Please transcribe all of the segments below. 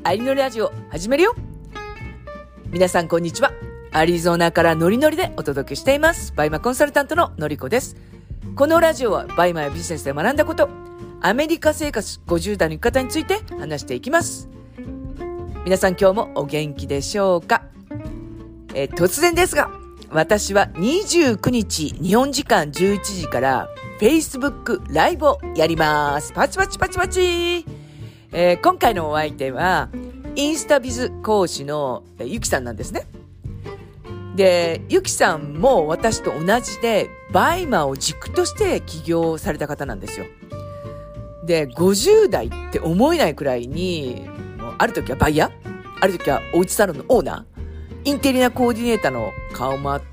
アリノリラジオ始めるよ。皆さんこんにちは。アリゾナからノリノリでお届けしていますバイマコンサルタントののりこです。このラジオはバイマやビジネスで学んだこと、アメリカ生活50代の生き方について話していきます。皆さん今日もお元気でしょうか。突然ですが、私は29日日本時間11時から Facebook ライブをやります。パチパチパチパチ。今回のお相手はインスタビズ講師のゆきさんなんですね。で、ゆきさんも私と同じでバイマを軸として起業された方なんですよ。で、50代って思えないくらいに、ある時はバイヤー、ある時はおうちサロンのオーナー、インテリアコーディネーターの顔もあって、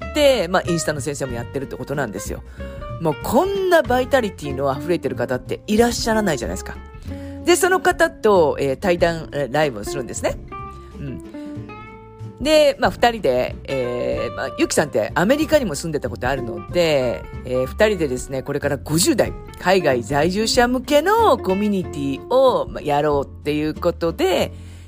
インスタの先生もやってるってことなんですよ。もうこんなバイタリティの溢れてる方っていらっしゃらないじゃないですか。で、その方と、対談ライブをするんですね。で、二人で、ゆきさんってアメリカにも住んでたことあるので、二人でですね、これから50代、海外在住者向けのコミュニティをやろうっていうことで、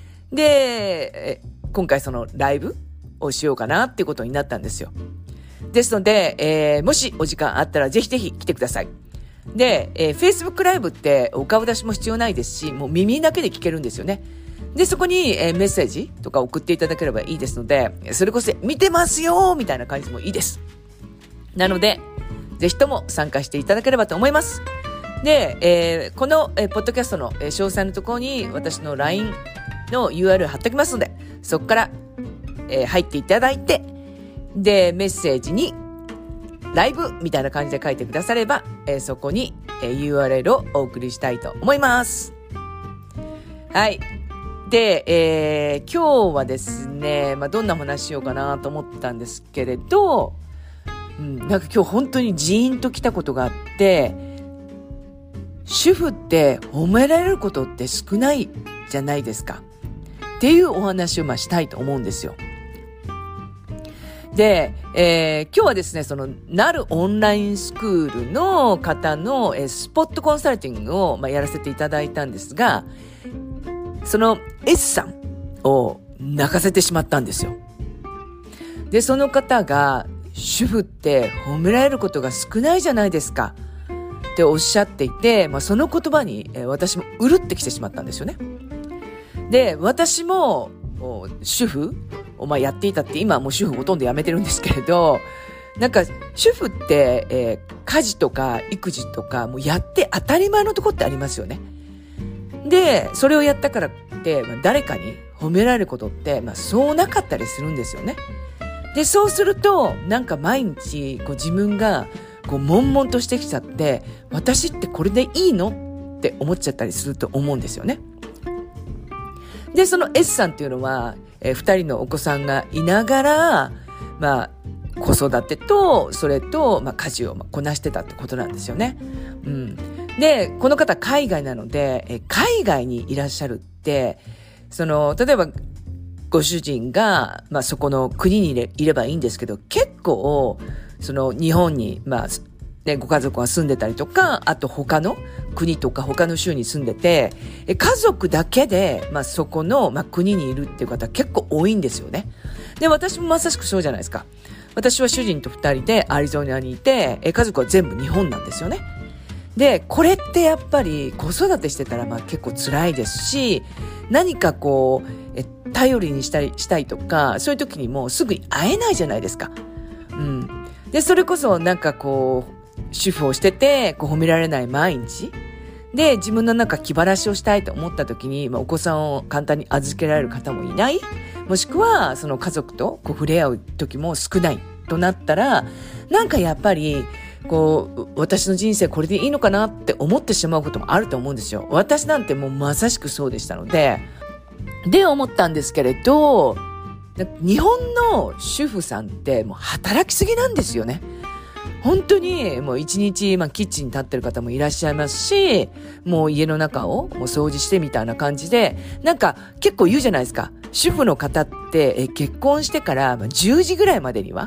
今回そのライブをしようかなっていうことになったんですよ。ですので、もしお時間あったらぜひぜひ来てください。で、Facebook ライブってお顔出しも必要ないですし、もう耳だけで聞けるんですよね。で、そこに、メッセージとか送っていただければいいですので、それこそ見てますよみたいな感じもいいです。なので、ぜひとも参加していただければと思います。で、この、ポッドキャストの、詳細のところに私の LINE の URL 貼っておきますので、そこから、入っていただいて、で、メッセージにライブみたいな感じで書いてくだされば、そこに、URL をお送りしたいと思います。はい。で、今日はですね、どんな話しようかなと思ったんですけれど、なんか今日本当にジーンときたことがあって、主婦って褒められることって少ないじゃないですか。っていうお話をしたいと思うんですよ。で、今日はですね、その、なるオンラインスクールの方の、スポットコンサルティングを、やらせていただいたんですが、その S さんを泣かせてしまったんですよ。で、その方が、主婦って褒められることが少ないじゃないですかっておっしゃっていて、その言葉に、私もうるってきてしまったんですよね。で、私も主婦をやっていたって、今はもう主婦ほとんど辞めてるんですけれど、なんか主婦って、家事とか育児とかもうやって当たり前のとこってありますよね。で、それをやったからって、誰かに褒められることって、そうなかったりするんですよね。で、そうすると、なんか毎日、自分が、悶々としてきちゃって、私ってこれでいいのって思っちゃったりすると思うんですよね。で、その S さんっていうのは、二人のお子さんがいながら、子育てと、それと、家事をこなしてたってことなんですよね。で、この方海外なので、海外にいらっしゃるって、その、例えば、ご主人が、そこの国にいればいいんですけど、結構、その、日本に、ご家族が住んでたりとか、あと他の国とか他の州に住んでて、家族だけで、そこの、国にいるっていう方結構多いんですよね。で、私もまさしくそうじゃないですか。私は主人と二人でアリゾナにいて、家族は全部日本なんですよね。で、これってやっぱり子育てしてたら結構辛いですし、何か頼りにしたいとか、そういう時にもすぐに会えないじゃないですか。で、それこそ主婦をしてて、褒められない毎日。で、自分の気晴らしをしたいと思った時に、お子さんを簡単に預けられる方もいない。もしくは、その家族と触れ合う時も少ないとなったら、やっぱり、私の人生これでいいのかなって思ってしまうこともあると思うんですよ。私なんてもうまさしくそうでしたので、思ったんですけれど、日本の主婦さんってもう働きすぎなんですよね。本当にもう一日、キッチンに立ってる方もいらっしゃいますし、もう家の中をもう掃除してみたいな感じで、結構言うじゃないですか。主婦の方って、結婚してから10時ぐらいまでには、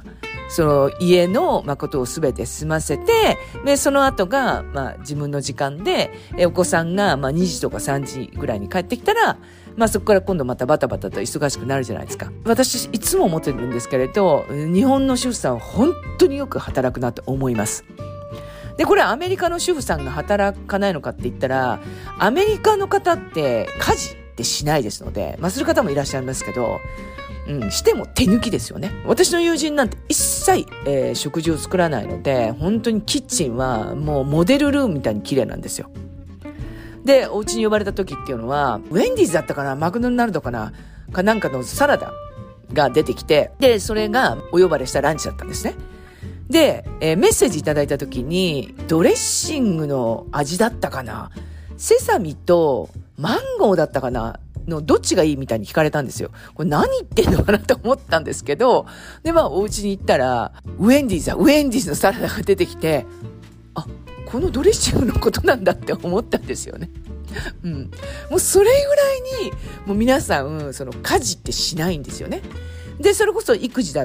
その家のことをすべて済ませて、で、その後が、自分の時間で、お子さんが、2時とか3時ぐらいに帰ってきたら、そこから今度またバタバタと忙しくなるじゃないですか。私、いつも思ってるんですけれど、日本の主婦さんは本当によく働くなと思います。で、これアメリカの主婦さんが働かないのかって言ったら、アメリカの方って家事ってしないですので、する方もいらっしゃいますけど、しても手抜きですよね。私の友人なんて一切、食事を作らないので、本当にキッチンはもうモデルルームみたいに綺麗なんですよ。で、お家に呼ばれた時っていうのは、ウェンディーズだったかな、マクドナルドかな、なんかのサラダが出てきて、で、それがお呼ばれしたランチだったんですね。で、メッセージいただいた時に、ドレッシングの味だったかな、セサミとマンゴーだったかなのどっちがいいみたいに聞かれたんですよ。これ何言ってんのかなと思ったんですけど、で、お家に行ったら、ウェンディーズのサラダが出てきて、このドレッシングのことなんだって思ったんですよね。もうそれぐらいに、もう皆さん、その家事ってしないんですよね。で、それこそ育児だって、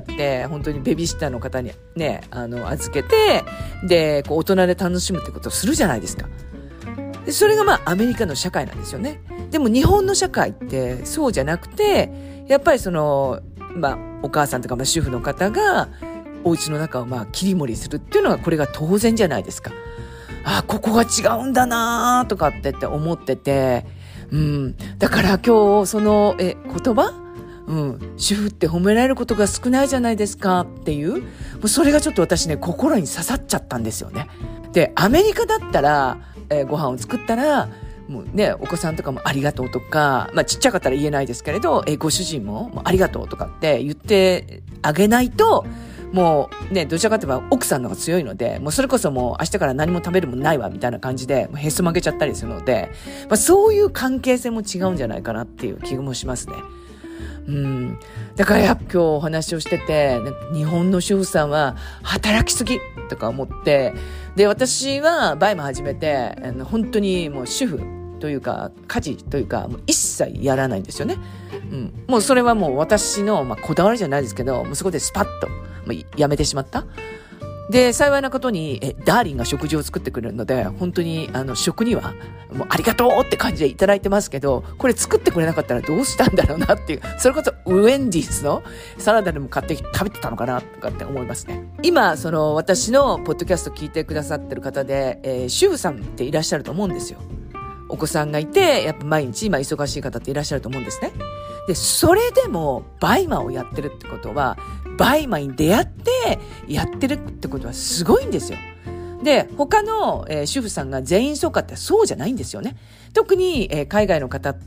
本当にベビーシッターの方にね、預けて、で、大人で楽しむってことをするじゃないですか。で、それがアメリカの社会なんですよね。でも日本の社会ってそうじゃなくて、やっぱりその、お母さんとか主婦の方が、お家の中を切り盛りするっていうのがこれが当然じゃないですか。ここが違うんだなとかって思ってて、だから今日その言葉、主婦って褒められることが少ないじゃないですかっていう、もうそれがちょっと私ね、心に刺さっちゃったんですよね。で、アメリカだったら、ご飯を作ったら、もうね、お子さんとかもありがとうとか、ちっちゃかったら言えないですけれど、ご主人もありがとうとかって言ってあげないと、もうね、どちらかといえば奥さんの方が強いので、もうそれこそもう明日から何も食べるもんないわみたいな感じで、もうへそ曲げちゃったりするので、そういう関係性も違うんじゃないかなっていう気もしますね。だから今日お話をしてて、日本の主婦さんは働きすぎとか思って、で、私はバイマ始めて、本当にもう主婦というか、家事というか、もう一切やらないんですよね。もうそれはもう私の、こだわりじゃないですけど、もうそこでスパッと、やめてしまった。で、幸いなことに、ダーリンが食事を作ってくれるので、本当に、食には、もうありがとうって感じでいただいてますけど、これ作ってくれなかったらどうしたんだろうなっていう、それこそウェンディーズのサラダでも買って食べてたのかなとかって思いますね。今、私のポッドキャスト聞いてくださってる方で、主婦さんっていらっしゃると思うんですよ。お子さんがいて、やっぱ毎日忙しい方っていらっしゃると思うんですね。で、それでもバイマをやってるってことは、バイマに出会ってやってるってことはすごいんですよ。で、他の、主婦さんが全員そうかってそうじゃないんですよね。特に、海外の方って、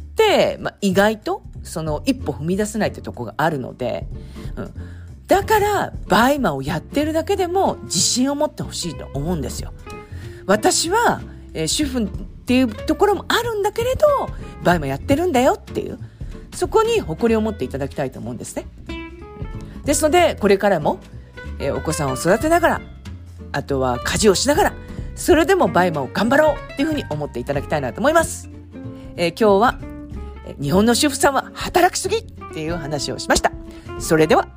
意外とその一歩踏み出せないってとこがあるので、だからバイマをやってるだけでも自信を持ってほしいと思うんですよ。私は、主婦っていうところもあるんだけれど、バイマやってるんだよっていう、そこに誇りを持っていただきたいと思うんですね。ですので、これからも、お子さんを育てながら、あとは家事をしながら、それでもバイマを頑張ろうっていうふうに思っていただきたいなと思います。今日は、日本の主婦さんは働きすぎっていう話をしました。それでは。